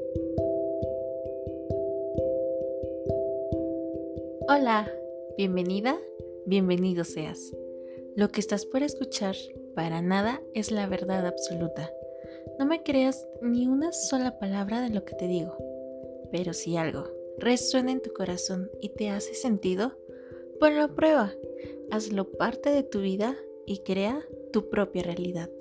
Hola, bienvenida, bienvenido seas. Lo que estás por escuchar para nada es la verdad absoluta. No me creas ni una sola palabra de lo que te digo, pero si algo resuena en tu corazón y te hace sentido, ponlo a prueba, hazlo parte de tu vida y crea tu propia realidad.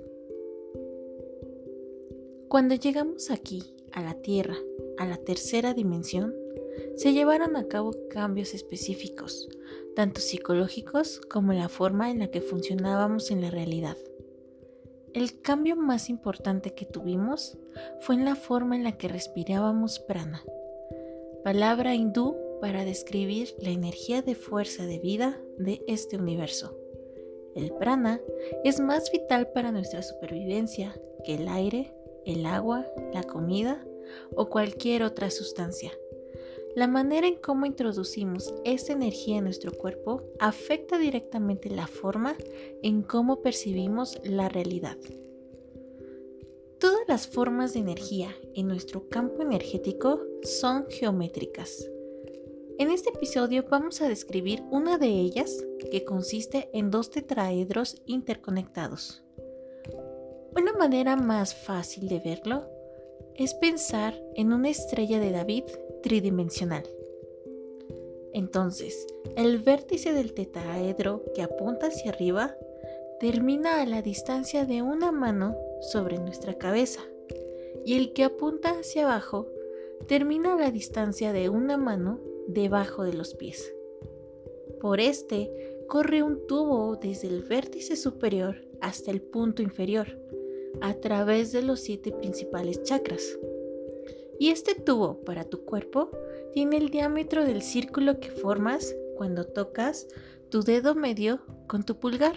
Cuando llegamos aquí, a la Tierra, a la tercera dimensión, se llevaron a cabo cambios específicos, tanto psicológicos como en la forma en la que funcionábamos en la realidad. El cambio más importante que tuvimos fue en la forma en la que respirábamos prana, palabra hindú para describir la energía de fuerza de vida de este universo. El prana es más vital para nuestra supervivencia que el aire, el agua, la comida o cualquier otra sustancia. La manera en cómo introducimos esta energía en nuestro cuerpo afecta directamente la forma en cómo percibimos la realidad. Todas las formas de energía en nuestro campo energético son geométricas. En este episodio vamos a describir una de ellas, que consiste en dos tetraedros interconectados. Una manera más fácil de verlo es pensar en una estrella de David tridimensional. Entonces, el vértice del tetraedro que apunta hacia arriba termina a la distancia de una mano sobre nuestra cabeza, y el que apunta hacia abajo termina a la distancia de una mano debajo de los pies. Por este corre un tubo desde el vértice superior hasta el punto inferior, a través de los 7 principales chakras. Y este tubo para tu cuerpo tiene el diámetro del círculo que formas cuando tocas tu dedo medio con tu pulgar.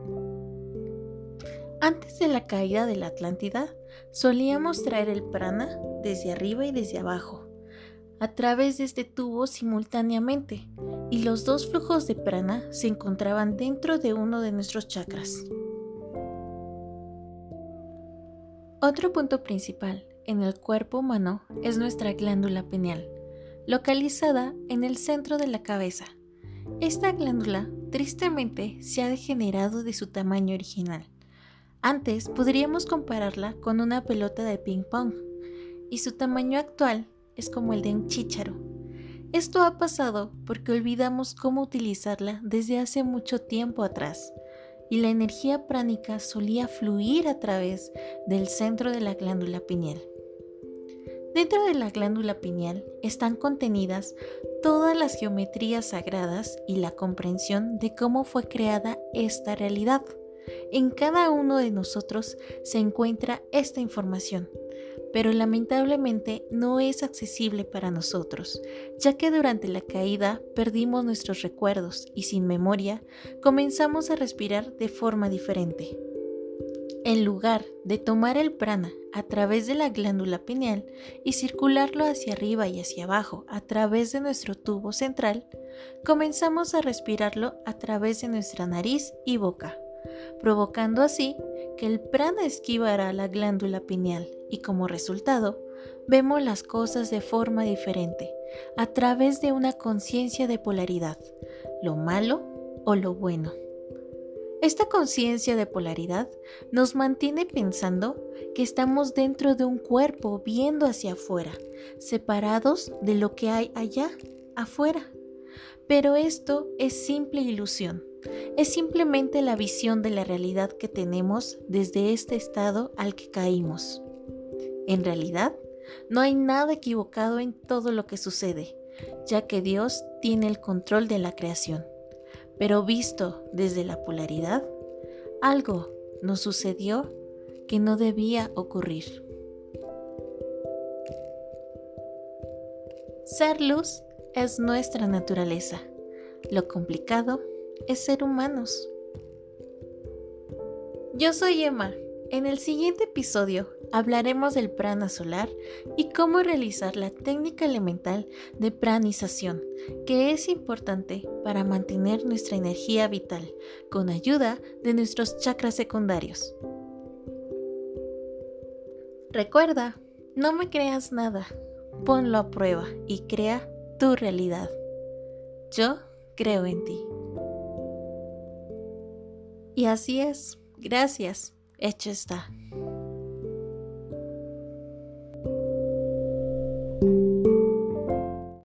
Antes de la caída de la Atlántida, solíamos traer el prana desde arriba y desde abajo, a través de este tubo simultáneamente, y los dos flujos de prana se encontraban dentro de uno de nuestros chakras. Otro punto principal en el cuerpo humano es nuestra glándula pineal, localizada en el centro de la cabeza. Esta glándula, tristemente, se ha degenerado de su tamaño original. Antes podríamos compararla con una pelota de ping pong, y su tamaño actual es como el de un chícharo. Esto ha pasado porque olvidamos cómo utilizarla desde hace mucho tiempo atrás, y la energía pránica solía fluir a través del centro de la glándula pineal. Dentro de la glándula pineal están contenidas todas las geometrías sagradas y la comprensión de cómo fue creada esta realidad. En cada uno de nosotros se encuentra esta información, pero lamentablemente no es accesible para nosotros, ya que durante la caída perdimos nuestros recuerdos y sin memoria comenzamos a respirar de forma diferente. En lugar de tomar el prana a través de la glándula pineal y circularlo hacia arriba y hacia abajo a través de nuestro tubo central, comenzamos a respirarlo a través de nuestra nariz y boca, provocando así que el prana esquivara la glándula pineal y como resultado vemos las cosas de forma diferente, a través de una conciencia de polaridad, lo malo o lo bueno. Esta conciencia de polaridad nos mantiene pensando que estamos dentro de un cuerpo viendo hacia afuera, separados de lo que hay allá, afuera. Pero esto es simple ilusión. Es simplemente la visión de la realidad que tenemos desde este estado al que caímos. En realidad, no hay nada equivocado en todo lo que sucede, ya que Dios tiene el control de la creación. Pero visto desde la polaridad, algo nos sucedió que no debía ocurrir. Ser luz es nuestra naturaleza. Lo complicado es ser humanos. Yo soy Emma. En el siguiente episodio hablaremos del prana solar y cómo realizar la técnica elemental de pranización, que es importante para mantener nuestra energía vital, con ayuda de nuestros chakras secundarios. Recuerda, No me creas nada, ponlo a prueba y crea tu realidad. Yo creo en ti. Y así es, gracias, hecho está.